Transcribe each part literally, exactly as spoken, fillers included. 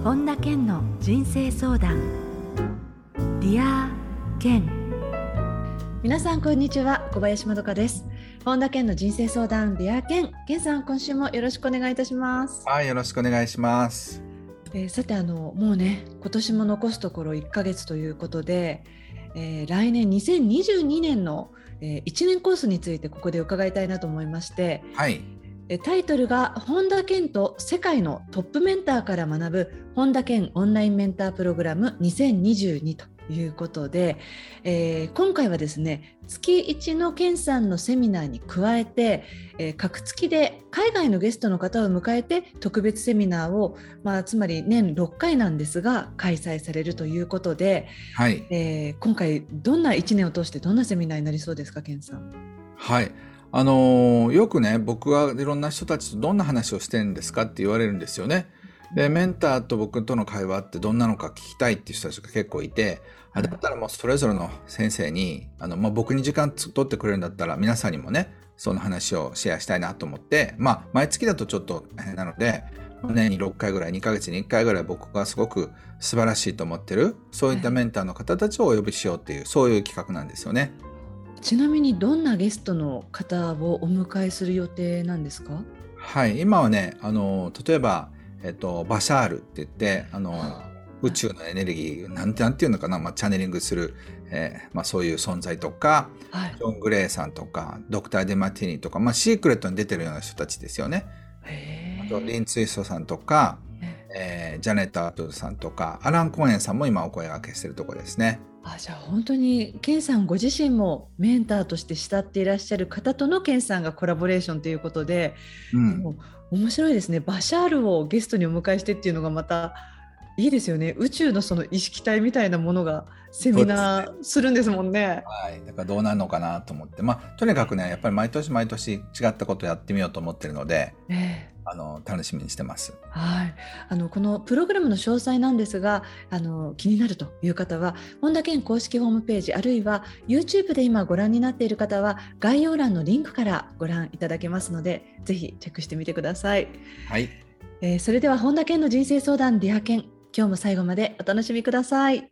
本田健の人生相談。ディア健。皆さんこんにちは、小林まどかです。本田健の人生相談、ディア健。健さん、今週もよろしくお願いいたします。 はい、よろしくお願いします。 えー、さてあのもうね、今年も残すところいっかげつということで、えー、来年にせんにじゅうにねんの、えー、いちねんコースについてここで伺いたいなと思いまして、 はい、 タイトルが本田健と世界のトップメンターから学ぶ本田健オンラインメンタープログラムにせんにじゅうにということで、えー、今回はですね、月いちの健さんのセミナーに加えて、えー、各月で海外のゲストの方を迎えて特別セミナーを、まあ、つまり年ろっかいなんですが開催されるということで、 はい、 えー、今回どんないちねんを通してどんなセミナーになりそうですか、健さん。 はい。あのー、よくね、僕はいろんな人たちとどんな話をしてるんですかって言われるんですよね。で、メンターと僕との会話ってどんなのか聞きたいっていう人たちが結構いて、あ、だったらもうそれぞれの先生に、あの、まあ、僕に時間取ってくれるんだったら皆さんにもね、その話をシェアしたいなと思って、まあ、毎月だとちょっと変なので、年にろっかいぐらい、にかげつにいっかいぐらい僕がすごく素晴らしいと思ってる、そういったメンターの方たちをお呼びしようっていう、そういう企画なんですよね。 ちなみにどんなゲストの方をお迎えする予定なんですか？ はい、今はね、あの例えば、えっと、バシャールって言ってあの宇宙のエネルギーなんてなんていうのかな、まあ、チャネリングする、えーまあ、そういう存在とか、はい、ジョン・グレイさんとかドクター・デマティニとか、まあ、シークレットに出てるような人たちですよね。 へー。 あとリン・ツイストさんとか、えー、ジャネット・アートさんとかアラン・コーエンさんも今お声掛けしてるところですね。 あ、じゃあ本当に健さんご自身もメンターとして慕っていらっしゃる方との健さんがコラボレーションということで、うん、でも面白いですね。バシャールをゲストにお迎えしてっていうのがまたいいですよね。宇宙のその意識体みたいなものがセミナーするんですもんね。 はい、だからどうなるのかなと思って、まあ、とにかくね、やっぱり毎年毎年違ったことをやってみようと思ってるので、えー、あの楽しみにしてます。 はい、あのこのプログラムの詳細なんですが、あの気になるという方は本田健公式ホームページ、あるいは YouTube で今ご覧になっている方は概要欄のリンクからご覧いただけますので、ぜひチェックしてみてください。 はい、 えー、それでは本田健の人生相談ディア健、今日も最後までお楽しみください。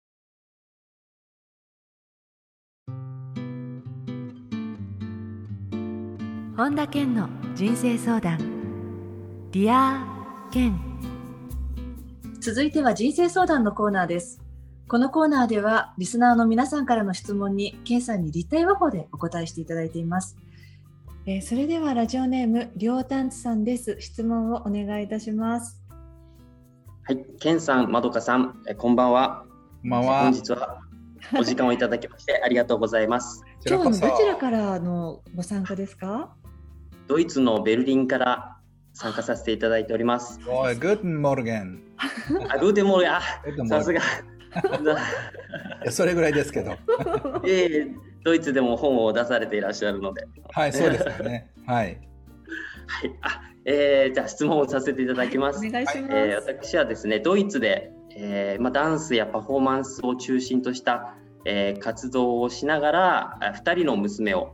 本田健の人生相談ディア健。続いては人生相談のコーナーです。このコーナーではリスナーの皆さんからの質問に健さんに立体話法でお答えしていただいています。えー、それではラジオネームりょうたんつさんです。質問をお願いいたします。 はい、健さん、まどかさん、えこんばんは。 こんばんは。 本日はお時間をいただきましてありがとうございます。 今日はどちらからのご参加ですか？ ドイツのベルリンから参加させていただいております。 おい、グーテンモルゲン。 あ、グーテンモルゲン、あ、さすが。 それぐらいですけど。 えー、ドイツでも本を出されていらっしゃるので。 はい、そうですよね。はい。 はい、あ、えー、じゃあ質問をさせていただきます。 はい、お願いします。 えー、私はですね、ドイツで、えーまあ、ダンスやパフォーマンスを中心とした、えー、活動をしながらふたりの娘を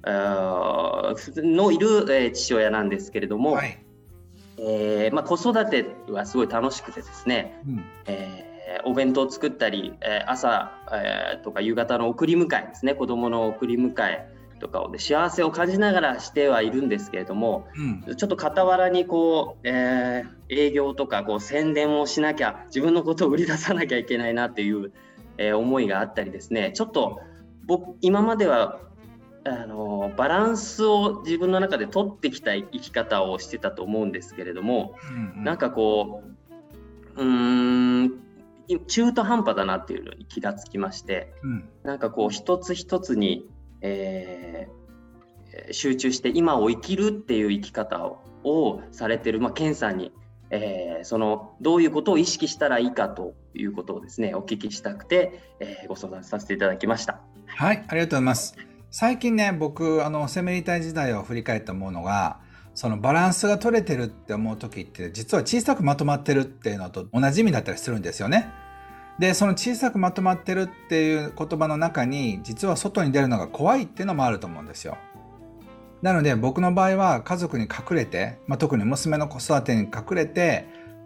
のいる、えー、父親なんですけれども、はい、えーまあ、子育てはすごい楽しくてですね、うん、えー、お弁当を作ったり、えー、朝、えー、とか夕方の送り迎えですね、子どもの送り迎えとかを、ね、幸せを感じながらしてはいるんですけれども、うん、ちょっと傍らにこう、えー、営業とかこう宣伝をしなきゃ、自分のことを売り出さなきゃいけないなっていう、えー、思いがあったりですね、ちょっと僕今まではあのバランスを自分の中で取ってきた生き方をしてたと思うんですけれども、うんうん、なんかこう、うーん中途半端だなっていうのに気がつきまして、うん、なんかこう一つ一つに、えー、集中して今を生きるっていう生き方を、をされてる、まあ、健さんに、えー、そのどういうことを意識したらいいかということをですねお聞きしたくて、えー、ご相談させていただきました。 はい、ありがとうございます。最近ね、僕あのセミリタイ時代を振り返って思うのが、そのバランスが取れてるって思う時って実は小さくまとまってるっていうのと同じ意味だったりするんですよね。で、その小さくまとまってるっていう言葉の中に実は外に出るのが怖いっていうのもあると思うんですよ。なので僕の場合は家族に隠れて、まあ、特に娘の子育てに隠れて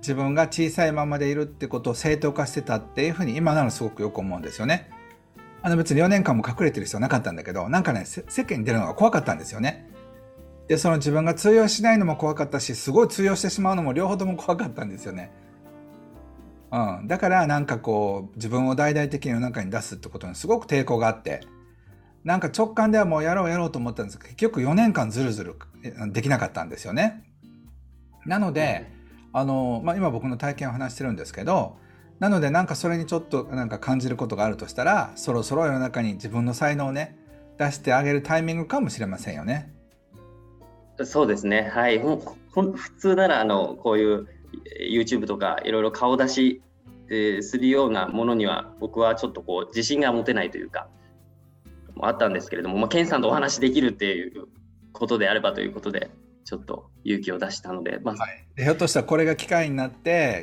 自分が小さいままでいるってことを正当化してたっていうふうに今ならすごくよく思うんですよね。あの別によねんかんも隠れてる必要なかったんだけど、なんかね、世間に出るのが怖かったんですよね。で、その自分が通用しないのも怖かったし、すごい通用してしまうのも両方とも怖かったんですよね。うん。だからなんかこう、自分を大々的に世の中に出すってことにすごく抵抗があって、なんか直感ではもうやろうやろうと思ったんですけど、結局よねんかんずるずるできなかったんですよね。なので、あの、まあ、今僕の体験を話してるんですけど、なのでなんかそれにちょっとなんか感じることがあるとしたら、そろそろ世の中に自分の才能をね、出してあげるタイミングかもしれませんよね。 そうですね。はい。もうほん普通ならあのこういう YouTube とかいろいろ顔出し、えー、するようなものには僕はちょっとこう自信が持てないというかもあったんですけれども、まあ、ケンさんとお話できるっていうことであればということでちょっと勇気を出したので、まあはい、でひょっとしたらこれが機会になって、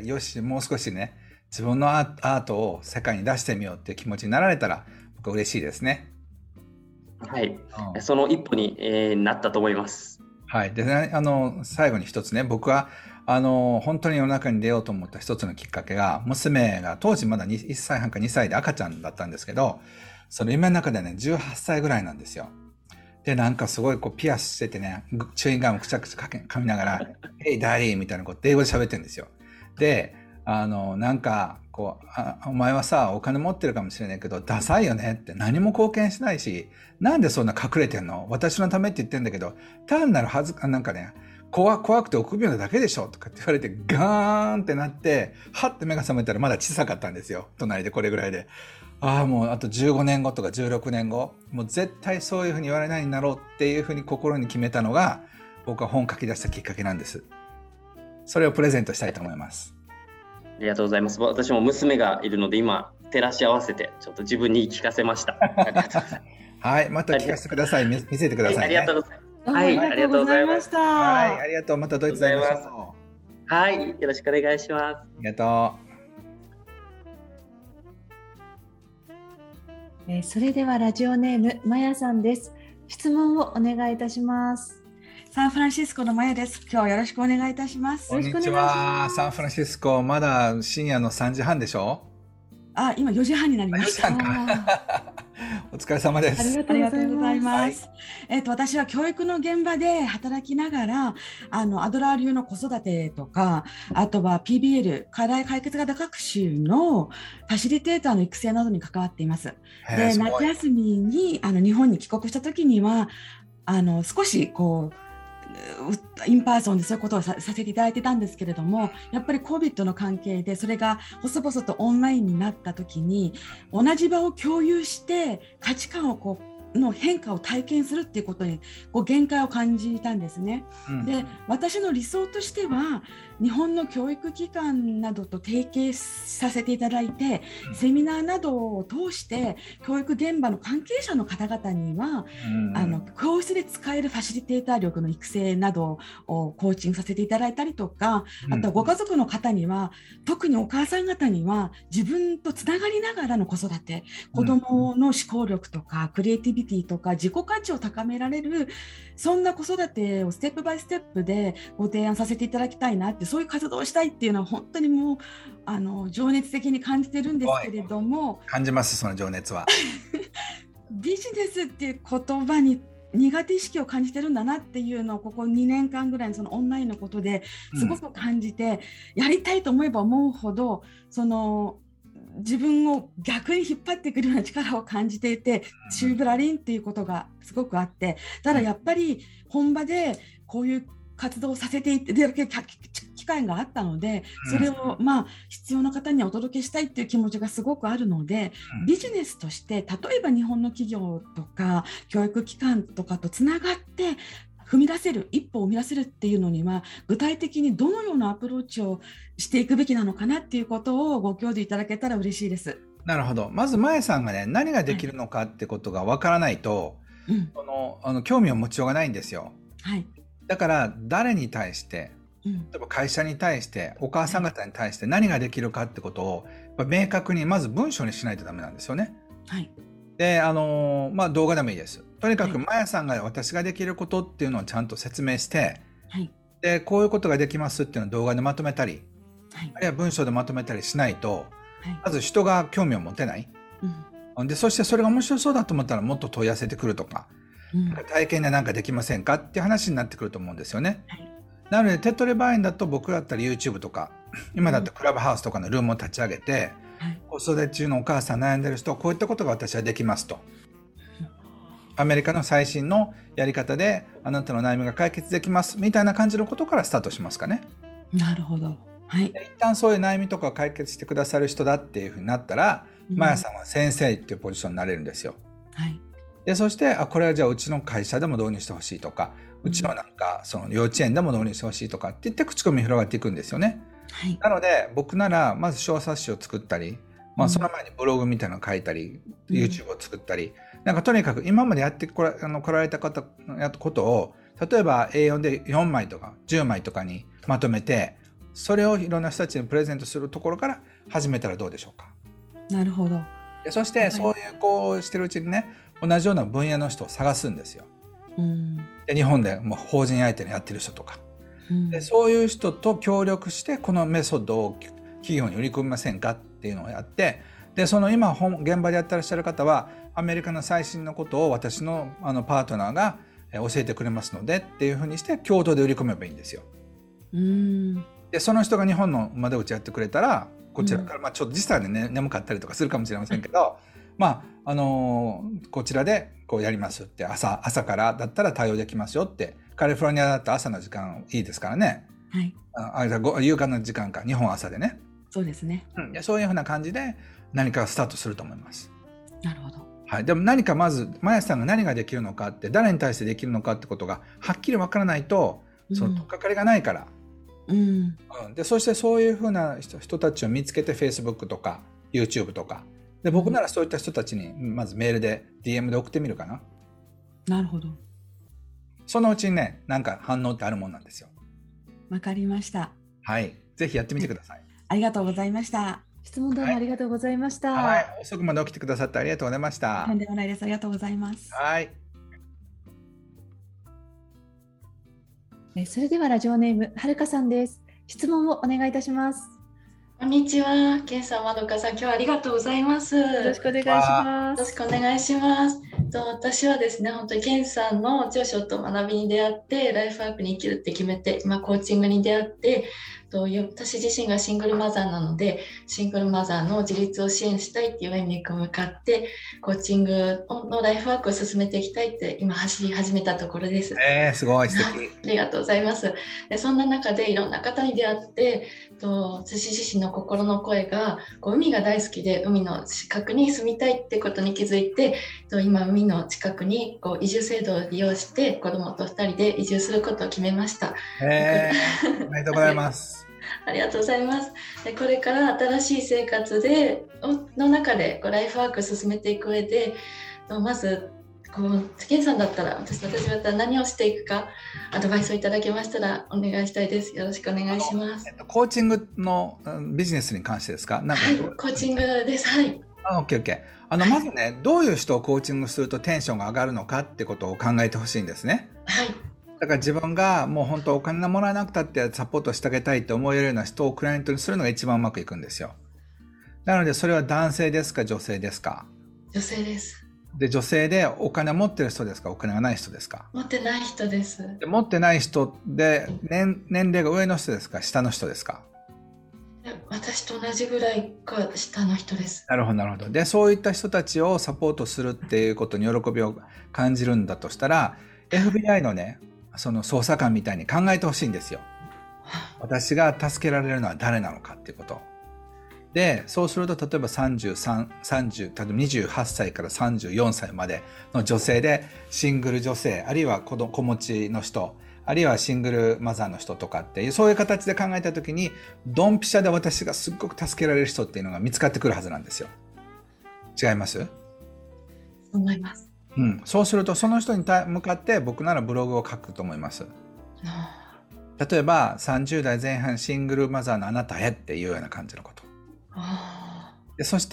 よしもう少しね自分のアートを世界に出してみようっていう気持ちになられたら僕は嬉しいですね。 はい、うん、その一歩に、えー、なったと思います。 はい。で、ね、あの、最後に一つね、僕は、あの、本当に世の中に出ようと思った一つのきっかけが、娘が当時まだいっさいはんかにさいで赤ちゃんだったんですけど、その夢の中でね、じゅうはっさいぐらいなんですよ。で、なんかすごいこうピアスしててね、チューインガムくちゃくちゃ噛みながら、ヘイダディみたいなこと英語で喋ってるんですよ。で、あの、なんか、こうあ、お前はさ、お金持ってるかもしれないけど、ダサいよねって何も貢献しないし、なんでそんな隠れてんの？私のためって言ってんだけど、単なるはずか、なんかね、怖、怖くて臆病なだけでしょとかって言われて、ガーンってなって、はって目が覚めたらまだ小さかったんですよ。隣でこれぐらいで。ああ、もうあとじゅうごねんごとかじゅうろくねんご、もう絶対そういうふうに言われないようになろうっていうふうに心に決めたのが、僕は本を書き出したきっかけなんです。それをプレゼントしたいと思います。 ありがとうございます。私も娘がいるので今照らし合わせてちょっと自分に聞かせました。 はい、また聞かせてください。見せてくださいね。 はい、ありがとうございます。はい、ありがとうございました。 はい、ありがとう。またドイツで会いましょう。はい、よろしくお願いします。ありがとう。えー、それではラジオネームまやさんです。質問をお願いいたします。 サンフランシスコのまやです。今日はよろしくお願いいたします。 こんにちは。サンフランシスコ、まだ深夜のさんじはんでしょ？ あ、今よじはんになりました。 お疲れ様です。 ありがとうございます。はい、えっと、私は教育の現場で働きながら、あの、アドラー流の子育てとか、あとは ピービーエル、課題解決型学習のファシリテーターの育成などに関わっています。で、夏休みに、あの、日本に帰国した時には、あの、少しこう、インパーソンでそういうことを さ, させていただいてたんですけれども、やっぱり コビッド の関係でそれが細々とオンラインになった時に同じ場を共有して価値観をこうの変化を体験するっていうことにこう限界を感じたんですね、うん、で私の理想としては日本の教育機関などと提携させていただいて、うん、セミナーなどを通して教育現場の関係者の方々には、うん、あの教室で使えるファシリテーター力の育成などをコーチングさせていただいたりとか、うん、あとはご家族の方には特にお母さん方には自分とつながりながらの子育て、子どもの思考力とかクリエイティビティとか自己価値を高められるそんな子育てをステップバイステップでご提案させていただきたいなって、そういう活動をしたいっていうのは本当にもうあの情熱的に感じてるんですけれども、 感じます。その情熱はビジネスっていう言葉に苦手意識を感じてるんだなっていうのをここにねんかんぐらいのそのオンラインのことですごく感じて、うん、やりたいと思えば思うほどその自分を逆に引っ張ってくるような力を感じていて、チューブラリンっていうことがすごくあって、ただやっぱり本場でこういう活動をさせていただける機会があったので、それをまあ必要な方にお届けしたいっていう気持ちがすごくあるので、ビジネスとして例えば日本の企業とか教育機関とかとつながって踏み出せる、一歩を生み出せるっていうのには具体的にどのようなアプローチをしていくべきなのかなっていうことをご教示いただけたら嬉しいです。 なるほど。まずまえさんがね、何ができるのかってことがわからないと、はい、そのあの興味を持ちようがないんですよ。 はい、 だから誰に対して、例えば会社に対して、お母さん方に対して何ができるかってことをやっぱ明確にまず文章にしないとダメなんですよね。 はい。 で、あのまあ動画でもいいです。とにかくまやさんが私ができることっていうのをちゃんと説明して、 はい、 でこういうことができますっていうのを動画でまとめたり、 はい、 あるいは文章でまとめたりしないと、 はい、 まず人が興味を持てない、うん、でそしてそれが面白そうだと思ったらもっと問い合わせてくるとか、うん、体験で何かできませんかっていう話になってくると思うんですよね、はい、なので手っ取り早いんだと、僕だったら YouTube とか今だったらクラブハウスとかのルームを立ち上げて、うん、子育て中のお母さん悩んでる人、こういったことが私はできますと、アメリカの最新のやり方であなたの悩みが解決できますみたいな感じのことからスタートしますかね。 なるほど、はい、 一旦そういう悩みとかを解決してくださる人だっていうふうになったら、うん、マヤさんは先生っていうポジションになれるんですよ、はい、でそしてあこれはじゃあうちの会社でも導入してほしいとか、うちのなんかその幼稚園でも導入してほしいとかって言って口コミ広がっていくんですよね、はい、なので僕ならまず小冊子を作ったり、まあ、その前にブログみたいなのを書いたり、うん、YouTube を作ったり、なんかとにかく今までやってこら、あの来られた方やことを例えば エーよん でよんまいとかじゅうまいとかにまとめて、それをいろんな人たちにプレゼントするところから始めたらどうでしょうか。 なるほど。 でそしてそういうこうしてるうちにね、同じような分野の人を探すんですよ、うん、で日本でもう法人相手にやってる人とか、うん、でそういう人と協力してこのメソッドを企業に売り込みませんかっていうのをやって、でその今現場でやってらっしゃる方はアメリカの最新のことを私のあのパートナーが教えてくれますのでっていうふうにして共同で売り込めばいいんですよ。うーんでその人が日本の窓口やってくれたらこちらから、うんまあ、ちょっと時差で、ね、眠かったりとかするかもしれませんけど、まああのー、こちらでこうやりますって、 朝, 朝からだったら対応できますよって、カリフォルニアだったら朝の時間いいですからね、はい、ああ夕方の時間か、日本は朝でね、 そうですね、 うん、そういうふうな感じで何かスタートすると思います。 なるほど、 はい、でも何かまずマヤさんが何ができるのかって、誰に対してできるのかってことがはっきり分からないと、その取っかかりがないから、うんうん、でそしてそういうふうな 人, 人たちを見つけて Facebook とか YouTube とかで、僕ならそういった人たちにまずメールで ディーエム で送ってみるかな。 なるほど。 そのうちにね、なんか反応ってあるもんなんですよ。 わかりました。 はい、ぜひやってみてください。 ありがとうございました。 質問どうもありがとうございました。 はい、はい、遅くまで起きてくださってありがとうございました。 とんでもないです。ありがとうございます。 はい。 それではラジオネームはるかさんです。質問をお願いいたします。 こんにちは、ケンさん、まどかさん、今日はありがとうございます。よろしくお願いします。 よろしくお願いします。と私はですね、本当にケンさんの著書と学びに出会って、ライフワークに生きるって決めて、今コーチングに出会って、と私自身がシングルマザーなので、シングルマザーの自立を支援したいっていう夢に向かって、コーチングのライフワークを進めていきたいって今走り始めたところです。 えー、すごい素敵。 ありがとうございます。でそんな中でいろんな方に出会って、と私自身の心の声がこう海が大好きで海の近くに住みたいってことに気づいて、と今海の近くにこう移住制度を利用して子どもとふたりで移住することを決めました。 えー、おめでとうございますありがとうございます。でこれから新しい生活での中でこうライフワークを進めていく上で、まずこうケンさんだったら私私だったら何をしていくかアドバイスをいただけましたらお願いしたいです。よろしくお願いします。 えっと、コーチングのビジネスに関してですか？なんかはい、コーチングです。はい。 あ、オッケーオッケー。あのまずね、どういう人をコーチングするとテンションが上がるのかってことを考えてほしいんですね。 はい。 だから自分がもう本当お金もらわなくたってサポートしてあげたいって思えるような人をクライアントにするのが一番うまくいくんですよ。なのでそれは男性ですか女性ですか？ 女性です。 で女性でお金を持ってる人ですか？お金がない人ですか？ 持ってない人です。 で持ってない人で 年, 年齢が上の人ですか下の人ですか？ 私と同じぐらいか下の人です。 なるほどなるほど。でそういった人たちをサポートするっていうことに喜びを感じるんだとしたら エフビーアイ のねその捜査官みたいに考えてほしいんですよ。私が助けられるのは誰なのかっていうことで、そうすると例えばさんじゅうさん、さんじゅう、例えばにじゅうはっさいからさんじゅうよんさいまでの女性でシングル女性あるいは子供子持ちの人あるいはシングルマザーの人とかっていうそういう形で考えた時にドンピシャで私がすっごく助けられる人っていうのが見つかってくるはずなんですよ。違います？ そう思います。 うん、そうするとその人に向かって僕ならブログを書くと思います。例えばさんじゅうだいぜん半シングルマザーのあなたへっていうような感じのことで、そして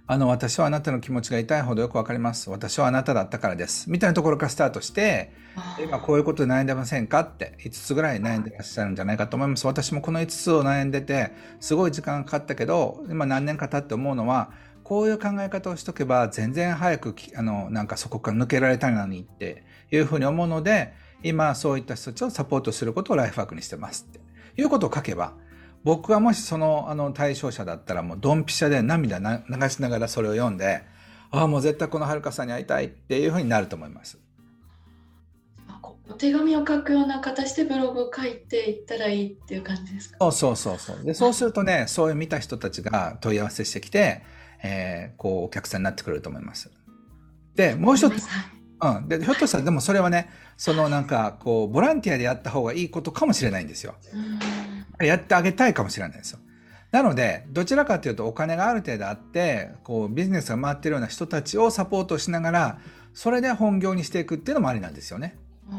あの私はあなたの気持ちが痛いほどよくわかります。私はあなただったからです。みたいなところからスタートして、今こういうことで悩んでませんかっていつつぐらい悩んでらっしゃるんじゃないかと思います。私もこのいつつを悩んでてすごい時間がかかったけど、今何年か経って思うのは、こういう考え方をしとけば全然早くあのなんかそこから抜けられたのにっていうふうに思うので、今そういった人たちをサポートすることをライフワークにしてますっていうことを書けば、僕はもしその、あの対象者だったらもうドンピシャで涙流しながらそれを読んで、ああもう絶対このはるかさんに会いたいっていうふうになると思います。 お手紙を書くような形でブログを書いていったらいいっていう感じですか？ そうそうそうそう。で、そうするとね、そういう見た人たちが問い合わせしてきて、えー、こうお客さんになってくれると思います。で、もう一つ、うん、でひょっとしたらでもそれはね、そのなんかこうボランティアでやった方がいいことかもしれないんですよ。やってあげたいかもしれないですよ。なのでどちらかというとお金がある程度あってこうビジネスが回っているような人たちをサポートしながら、それで本業にしていくっていうのもありなんですよね。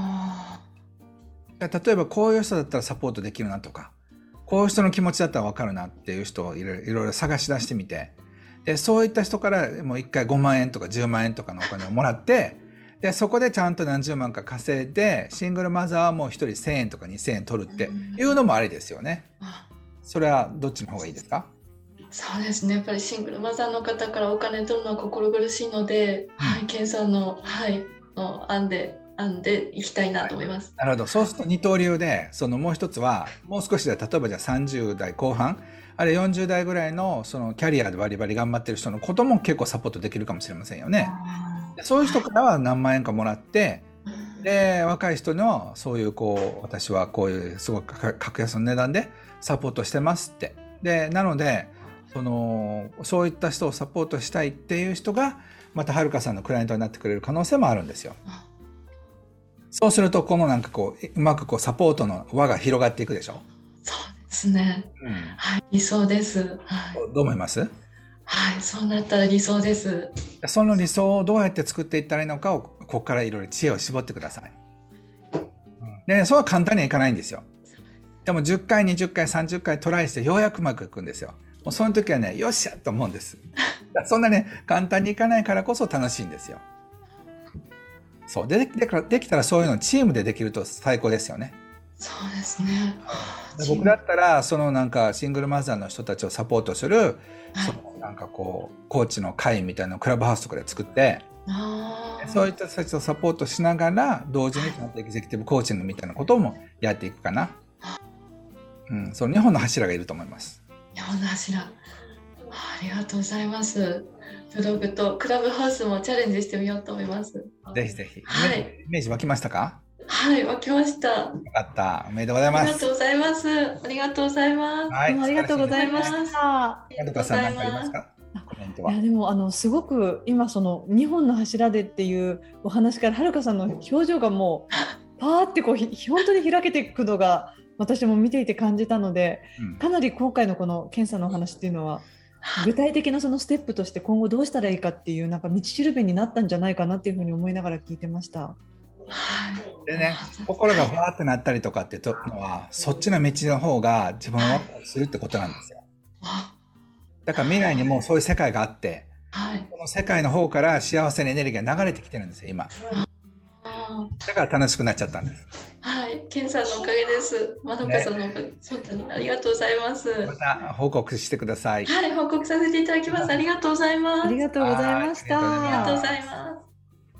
例えばこういう人だったらサポートできるなとか、こういう人の気持ちだったら分かるなっていう人をいろいろ探し出してみて、でそういった人からもういっかいごまんえんとかじゅうまんえんとかのお金をもらって、でそこでちゃんと何十万か稼いで、シングルマザーはもう一人せんえんとかにせんえん取るっていうのもありですよね。それはどっちの方がいいですか？ そうですね、やっぱりシングルマザーの方からお金取るのは心苦しいので、うん、はい、ケンさんの、はい、の案で案でいきたいなと思います。 はい、なるほど。そうすると二刀流で、そのもう一つはもう少しで、例えばじゃあさんじゅうだいこう半、あれよんじゅうだいぐらいのそのキャリアでバリバリ頑張ってる人のことも結構サポートできるかもしれませんよね。そういう人からは何万円かもらって、で若い人のそういうこう私はこういうすごく格安の値段でサポートしてますって、でなのでそのそういった人をサポートしたいっていう人がまたはるかさんのクライアントになってくれる可能性もあるんですよ。そうするとこのなんかこううまくこうサポートの輪が広がっていくでしょ。 そうですね、うん、はい、理想です、はい、 どう思います？ はい、そうなったら理想です。 その理想をどうやって作っていったらいいのかをここからいろいろ知恵を絞ってください。で、そうは簡単にはいかないんですよ。でもじゅっかい、にじゅっかい、さんじゅっかいトライしてようやくうまくいくんですよ。もうその時はね、よっしゃと思うんです。そんなね、簡単にいかないからこそ楽しいんですよ。そうで、で, できたらそういうのをチームでできると最高ですよね。 そうですね。 僕だったらそのなんかシングルマザーの人たちをサポートする、はい、そのなんかこうコーチの会みたいなのをクラブハウスとかで作って、あそういった人たちをサポートしながら同時にエグゼクティブコーチングみたいなこともやっていくかな。うん、そのにほんの柱がいると思います。 にほんの柱、ありがとうございます。ブログとクラブハウスもチャレンジしてみようと思います。 ぜひぜひ、 はい、 イメージ湧きましたか？ はい、湧きました。よかった。おめでとうございます。 ありがとうございます。ありがとうございます。 はい、ありがとうございました。 ありがとうございます。コメントは。 いやでもあのすごく今そのにほんの柱でっていうお話からはるかさんの表情がもうパーってこう本当に開けていくのが私も見ていて感じたので、うん、かなり今回のこのケンさんのお話っていうのは具体的なそのステップとして今後どうしたらいいかっていうなんか道しるべになったんじゃないかなっていうふうに思いながら聞いてました。 でね、心がふわってなったりとかっていうのはそっちの道の方が自分をワクワクするってことなんですよ。だから未来にもうそういう世界があって、はい、この世界の方から幸せなエネルギーが流れてきてるんですよ今。だから楽しくなっちゃったんです。 はい、ケンさんのおかげです。まどかさんのおかげ、ね、本当にありがとうございます。 また報告してください。 はい、報告させていただきます。ありがとうございます。 ありがとうございました。 ありがとうございます。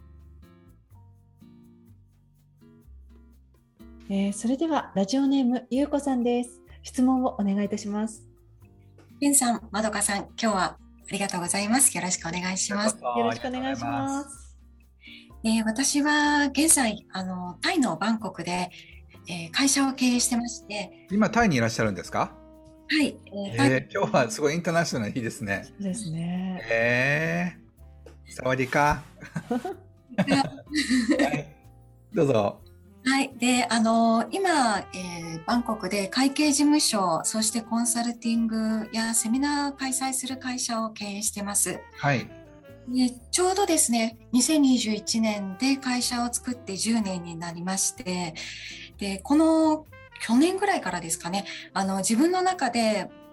えー、それではラジオネームゆうこさんです。質問をお願いいたします。 ケンさん、まどかさん、今日はありがとうございます。よろしくお願いします。 よろしくお願いします。 えー、私は現在あのタイのバンコクで、えー、会社を経営してまして。 今タイにいらっしゃるんですか？ はい、 えーえー、今日はすごいインターナショナルいいですね。 そうですね。 えー、サワディーカはい、どうぞ。 はい、であの今、えー、バンコクで会計事務所、そしてコンサルティングやセミナー開催する会社を経営してます。 はい。 でちょうどですねにせんにじゅういちねんで会社を作ってじゅうねんになりまして、でこの去年ぐらいからですかね、あの自分の中で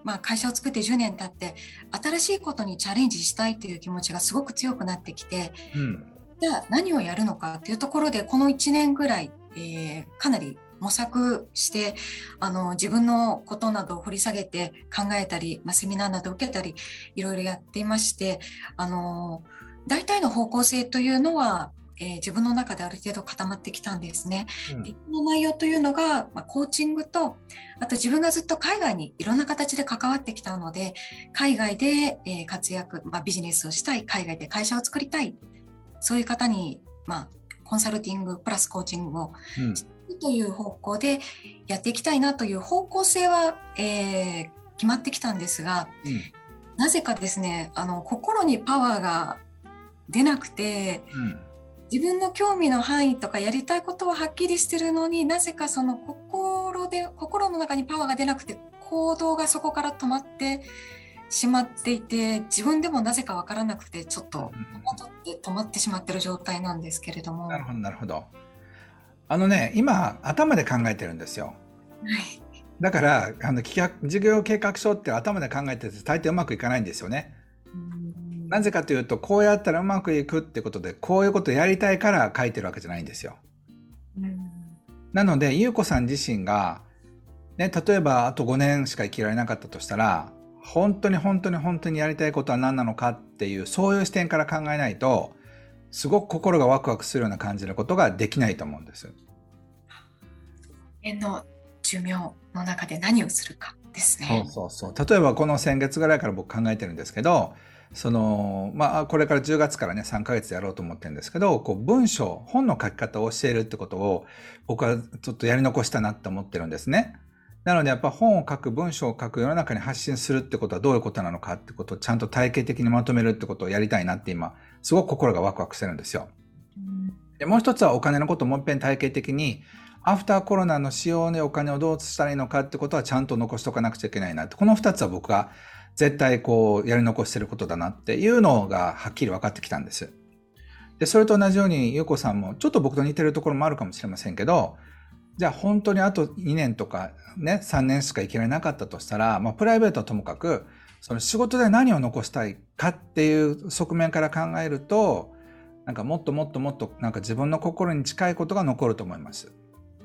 まあ、会社を作ってじゅうねん経って新しいことにチャレンジしたいという気持ちがすごく強くなってきて、うん、じゃあ何をやるのかっていうところでこのいちねんぐらい、えー、かなり模索してあの自分のことなどを掘り下げて考えたり、まあ、セミナーなど受けたりいろいろやっていまして、あの大体の方向性というのは、えー、自分の中である程度固まってきたんですね。うん、この内容というのが、まあ、コーチングと、あと自分がずっと海外にいろんな形で関わってきたので、海外で、えー、活躍、まあ、ビジネスをしたい、海外で会社を作りたい、そういう方に、まあ、コンサルティングプラスコーチングを、うんという方向でやっていきたいなという方向性は、えー、決まってきたんですが、うん、なぜかですね、あの心にパワーが出なくて、うん、自分の興味の範囲とかやりたいことははっきりしてるのに、なぜかその心で心の中にパワーが出なくて行動がそこから止まってしまっていて、自分でもなぜか分からなくてちょっと戻って止まってしまってる状態なんですけれども。 なるほどなるほど。あのね、今頭で考えてるんですよ。はい、だからあの企画事業計画書って頭で考えてて大抵うまくいかないんですよね。なぜかというと、こうやったらうまくいくってことで、こういうことやりたいから書いてるわけじゃないんですよ。なので優子さん自身が、ね、例えばあとごねんしか生きられなかったとしたら、本当に本当に本当にやりたいことは何なのかっていう、そういう視点から考えないと、すごく心がワクワクするような感じのことができないと思うんです。 永遠の寿命の中で何をするかですね。 そうそうそう。例えばこの先月ぐらいから僕考えてるんですけど、そのまあこれからじゅうがつからねさんかげつやろうと思ってるんですけど、こう文章、本の書き方を教えるってことを僕はちょっとやり残したなって思ってるんですね。なのでやっぱ本を書く、文章を書く、世の中に発信するってことはどういうことなのかってことをちゃんと体系的にまとめるってことをやりたいなって今すごく心がワクワクしてるんですよ。でもう一つはお金のことをもう一遍体系的に、アフターコロナの使用でお金をどうしたらいいのかってことはちゃんと残しとかなくちゃいけないなって、この二つは僕が絶対こうやり残してることだなっていうのがはっきり分かってきたんです。でそれと同じように優子さんもちょっと僕と似てるところもあるかもしれませんけど、じゃあ本当にあとにねんとかねさんねんしか生きられなかったとしたら、まあ、プライベートはともかくその仕事で何を残したいかっていう側面から考えると、なんかもっともっともっとなんか自分の心に近いことが残ると思います。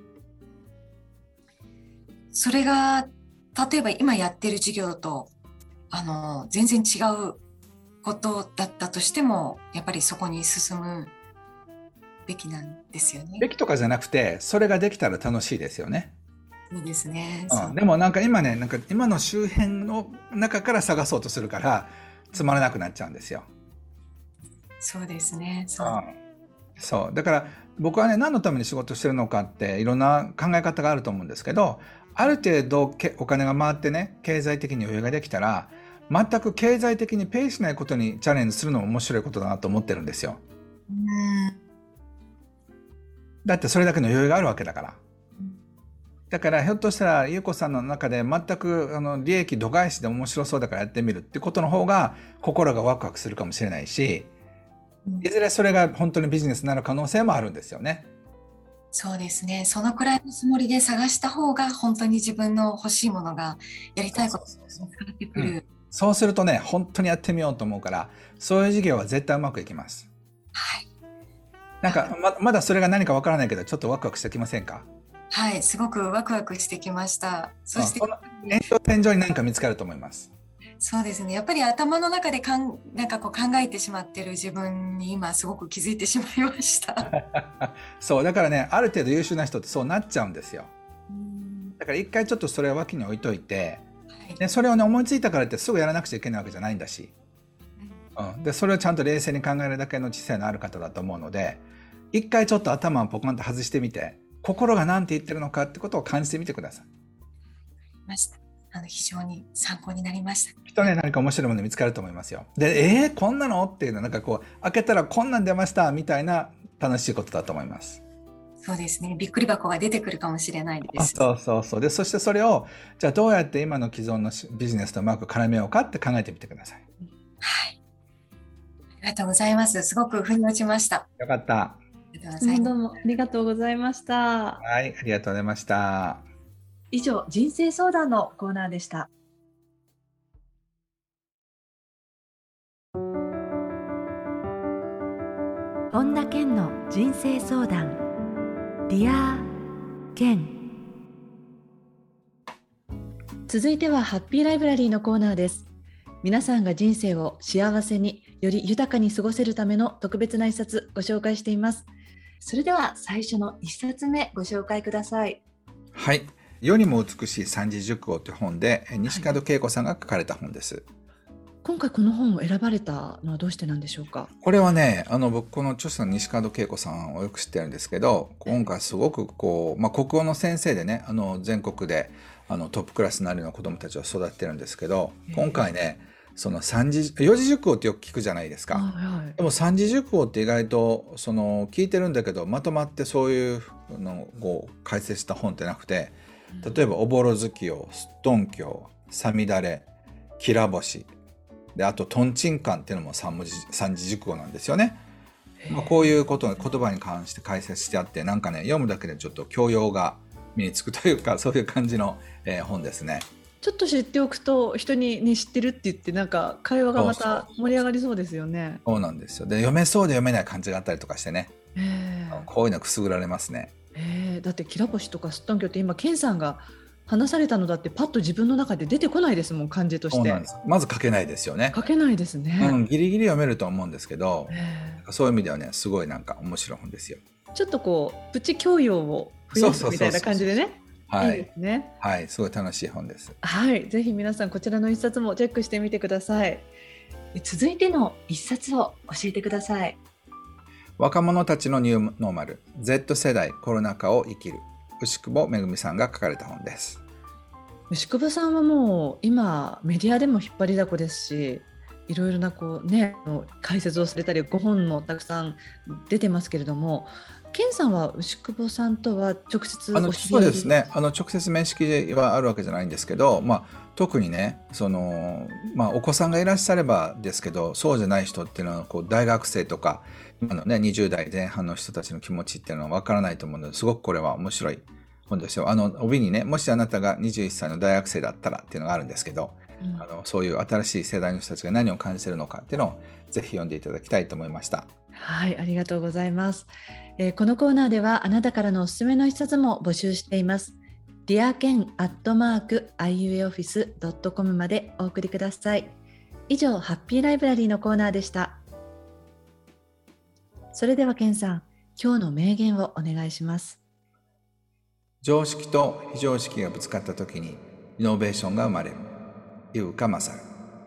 それが例えば今やってる事業とあの全然違うことだったとしても、やっぱりそこに進むべきなんですよね。 べきとかじゃなくて、それができたら楽しいですよね。 そうですね、 うん、でもなんか今ね、なんか今の周辺の中から探そうとするからつまらなくなっちゃうんですよ。 そうですね。 そう、うん、そうだから僕はね、何のために仕事してるのかっていろんな考え方があると思うんですけど、ある程度お金が回ってね、経済的に余裕ができたら、全く経済的にペイしないことにチャレンジするのも面白いことだなと思ってるんですよ。うんだってそれだけの余裕があるわけだから。だからひょっとしたら優子さんの中で全くあの利益度外視で面白そうだからやってみるってことの方が心がワクワクするかもしれないし、いずれそれが本当にビジネスになる可能性もあるんですよね。 そうですね。そのくらいのつもりで探した方が本当に自分の欲しいものが、やりたいことが見つかってくる、うん、 そうするとね、本当にやってみようと思うから、そういう事業は絶対うまくいきます。 はい。 なんか ま, まだそれが何かわからないけど、ちょっとワクワクしてきませんか？ はい、すごくワクワクしてきました。そしてこの延長線上に何か見つかると思います。 そうですね。やっぱり頭の中でかんなんかこう考えてしまってる自分に今すごく気づいてしまいましたそうだからね、ある程度優秀な人ってそうなっちゃうんですよ。だから一回ちょっとそれは脇に置いといて、はい、でそれをね思いついたからってすぐやらなくちゃいけないわけじゃないんだし、うん、でそれをちゃんと冷静に考えるだけの知性のある方だと思うので、一回ちょっと頭をポコンと外してみて、心が何て言ってるのかってことを感じてみてください。 ましたあの非常に参考になりました。 きっとね、何か面白いもの見つかると思いますよ。で、えー、こんなのっていうのなんかこう開けたらこんなん出ましたみたいな楽しいことだと思います。 そうですね。びっくり箱が出てくるかもしれないです。 そうそうそう。で、そしてそれをじゃあどうやって今の既存のビジネスとうまく絡めようかって考えてみてください。 はい。ありがとうございます。すごく腑に落ちました。 よかった。 どうもありがとうございました。 はい、ありがとうございました。 以上、人生相談のコーナーでした。 本田健の人生相談。ディア健。続いてはハッピーライブラリーのコーナーです。皆さんが人生を幸せにより豊かに過ごせるための特別な一冊ご紹介しています。それでは最初の一冊目ご紹介ください。 はい、世にも美しい三字熟語という本で西門恵子さんが書かれた本です。はい、 今回この本を選ばれたのはどうしてなんでしょうか。 これはね、あの僕この著者の西門恵子さんをよく知ってるんですけど、今回すごくこう、まあ、国語の先生でね、あの全国であのトップクラスになるような子どもたちを育ててるんですけど、今回ね、その三字四字熟語ってよく聞くじゃないですか。はいはい、でも三字熟語って意外とその聞いてるんだけど、まとまってそういうのを解説した本ってなくて、例えばおぼろ月夜、すっとんきょう、さみだれ、きらぼしで、あととんちんかんっていうのも三文字三字熟語なんですよね。まあ、こういうこと言葉に関して解説してあって、なんかね、読むだけでちょっと教養が身につくというか、そういう感じの、えー、本ですね。 ちょっと知っておくと人に、ね、知ってるって言ってなんか会話がまた盛り上がりそうですよね。 そうなんですよ。で、読めそうで読めない漢字があったりとかしてね、えー、こういうのくすぐられますね。 えー、だってきらぼしとかすっとんきょうって今健さんが話されたのだってパッと自分の中で出てこないですもん、漢字として。そうなんです。 まず書けないですよね。 書けないですね、 うん、ギリギリ読めると思うんですけど、えー、そういう意味ではね、すごいなんか面白い本ですよ。 ちょっとこうプチ教養を増やすみたいな感じでね。 はい、 いいですね。 はい、すごい楽しい本です。 はい、ぜひ皆さんこちらの一冊もチェックしてみてください。続いての一冊を教えてください。 若者たちのニューノーマル Z 世代コロナ禍を生きる、牛久保めぐみさんが書かれた本です。 牛久保さんはもう今メディアでも引っ張りだこですし、いろいろなこう、ね、解説をされたりご本もたくさん出てますけれども、健さんは牛久保さんとは直接あのそうですね、あの直接面識はあるわけじゃないんですけど、まあ、特にねその、まあ、お子さんがいらっしゃればですけど、そうじゃない人っていうのはこう大学生とか今の、ね、にじゅう代前半の人たちの気持ちっていうのは分からないと思うので、すごくこれは面白い本ですよ。あの帯にね、もしあなたがにじゅういっさいの大学生だったらっていうのがあるんですけど、うん、あのそういう新しい世代の人たちが何を感じているのかっていうのをぜひ読んでいただきたいと思いました。 はい、ありがとうございます。えー、このコーナーではあなたからのおすすめの一冊も募集しています。ディアケンアットマークアイユーエーオフィスドットコム までお送りください。以上、ハッピーライブラリーのコーナーでした。それでは健さん、今日の名言をお願いします。 常識と非常識がぶつかった時にイノベーションが生まれる。優香勝。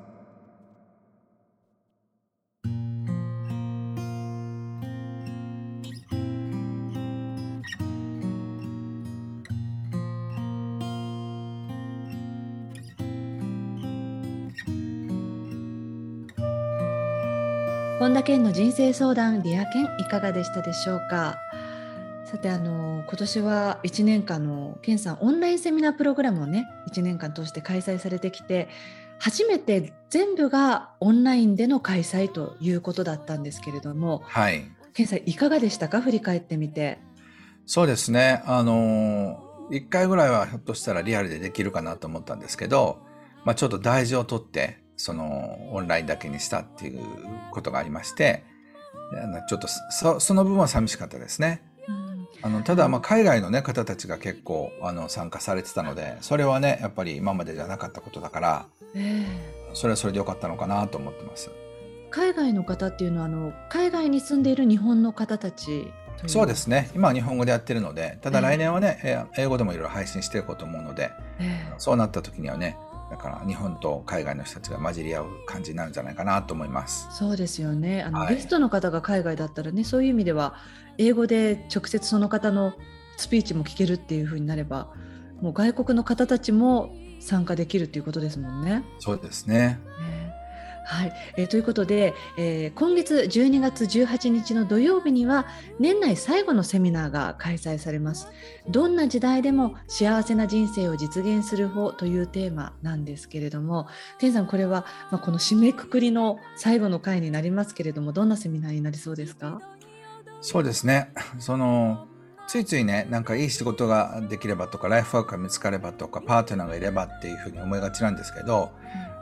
本田健の人生相談ディア健、いかがでしたでしょうか。さて、あの今年はいちねんかんの健さんオンラインセミナープログラムをねいちねんかん通して開催されてきて、初めて全部がオンラインでの開催ということだったんですけれども、はい、健さんいかがでしたか、振り返ってみて。 そうですね、あのいっかいぐらいはひょっとしたらリアルでできるかなと思ったんですけど、まあ、ちょっと大事を取ってそのオンラインだけにしたっていうことがありまして、ちょっと そ, その部分は寂しかったですね。うん、あのただまあ海外の、ね、方たちが結構あの参加されてたので、それはねやっぱり今までじゃなかったことだから、えー、それはそれでよかったのかなと思ってます。 海外の方っていうのはあの海外に住んでいる日本の方たち。 そうですね、今は日本語でやってるので、ただ来年はね、えー、英語でもいろいろ配信していこうと思うので、えー、そうなった時にはね、だから日本と海外の人たちが混じり合う感じになるんじゃないかなと思います。 そうですよね。あの、はい、ゲストの方が海外だったらね、そういう意味では英語で直接その方のスピーチも聞けるっていう風になれば、もう外国の方たちも参加できるっていうことですもんね。 そうですね。 ね、はい、えー、ということで、えー、今月じゅうにがつじゅうはちにちの土曜日には年内最後のセミナーが開催されます。どんな時代でも幸せな人生を実現する方というテーマなんですけれども、健さん、これは、まあ、この締めくくりの最後の回になりますけれども、どんなセミナーになりそうですか？ そうですね、そのついついね、なんかいい仕事ができればとか、ライフワークが見つかればとか、パートナーがいればっていうふうに思いがちなんですけど、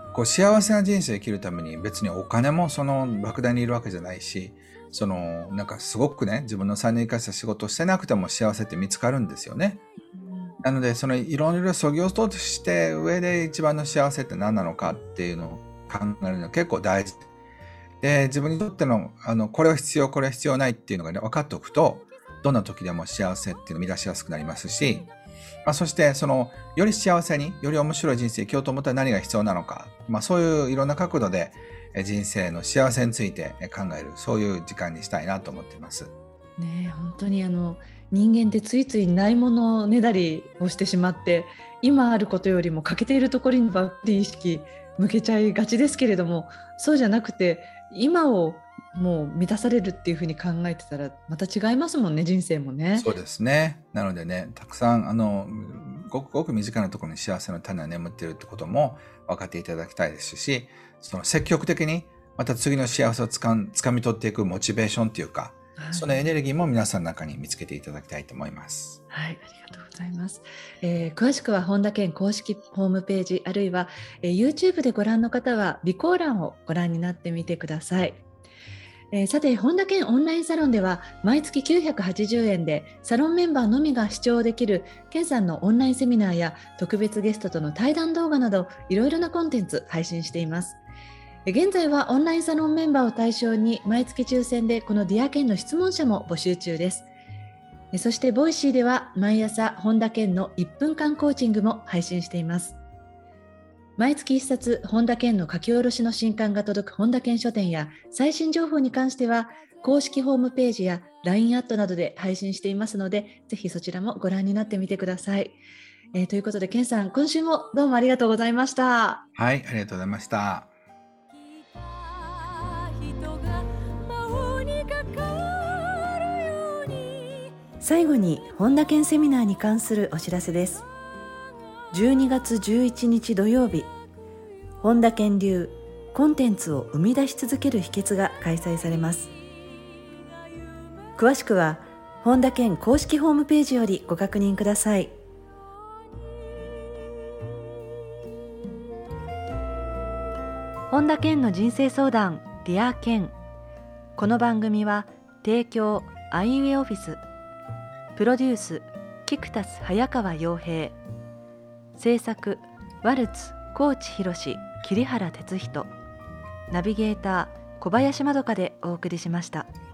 こう幸せな人生を生きるために別にお金もその莫大にいるわけじゃないし、そのなんかすごくね自分の才能を生かした仕事をしてなくても幸せって見つかるんですよね。なのでそのいろいろそぎ落として上で一番の幸せって何なのかっていうのを考えるのは結構大事で、自分にとってのあのこれは必要これは必要ないっていうのが、ね、分かっておくとどんな時でも幸せっていうのを見出しやすくなりますし、まあ、そしてそのより幸せにより面白い人生を生きようと思ったら何が必要なのか、まあ、そういういろんな角度で人生の幸せについて考える、そういう時間にしたいなと思っています。 ね、本当にあの人間ってついついないものねだりをしてしまって、今あることよりも欠けているところにばっかり意識向けちゃいがちですけれども、そうじゃなくて今をもう満たされるっていうふうに考えてたらまた違いますもんね、人生もね。 そうですね。なのでね、たくさんあのごくごく身近なところに幸せの種が眠っているってことも分かっていただきたいですし、その積極的にまた次の幸せをつかん、つかみ取っていくモチベーションっていうか、はい、そのエネルギーも皆さんの中に見つけていただきたいと思います。 はい、ありがとうございます。えー、詳しくは本田健公式ホームページ、あるいは、えー、YouTube でご覧の方は備考欄をご覧になってみてください。えー、さて本田健オンラインサロンでは毎月きゅうひゃくはちじゅうえんでサロンメンバーのみが視聴できる健さんのオンラインセミナーや特別ゲストとの対談動画などいろいろなコンテンツ配信しています。現在はオンラインサロンメンバーを対象に毎月抽選でこのディア健の質問者も募集中です。そしてボイシーでは毎朝本田健のいっぷんかんコーチングも配信しています。毎月一冊本田健の書き下ろしの新刊が届く本田健書店や最新情報に関しては公式ホームページや ライン アットなどで配信していますので、ぜひそちらもご覧になってみてください。えー、ということで健さん、今週もどうもありがとうございました。 はい、ありがとうございました。 最後に本田健セミナーに関するお知らせです。じゅうにがつじゅういちにち土曜日、本田健流コンテンツを生み出し続ける秘訣が開催されます。詳しくは本田健公式ホームページよりご確認ください。本田健の人生相談ディア健。この番組は提供アイウェイオフィス、プロデュースキクタス早川洋平、制作ワルツ高知博桐原哲人、ナビゲーター小林まどかでお送りしました。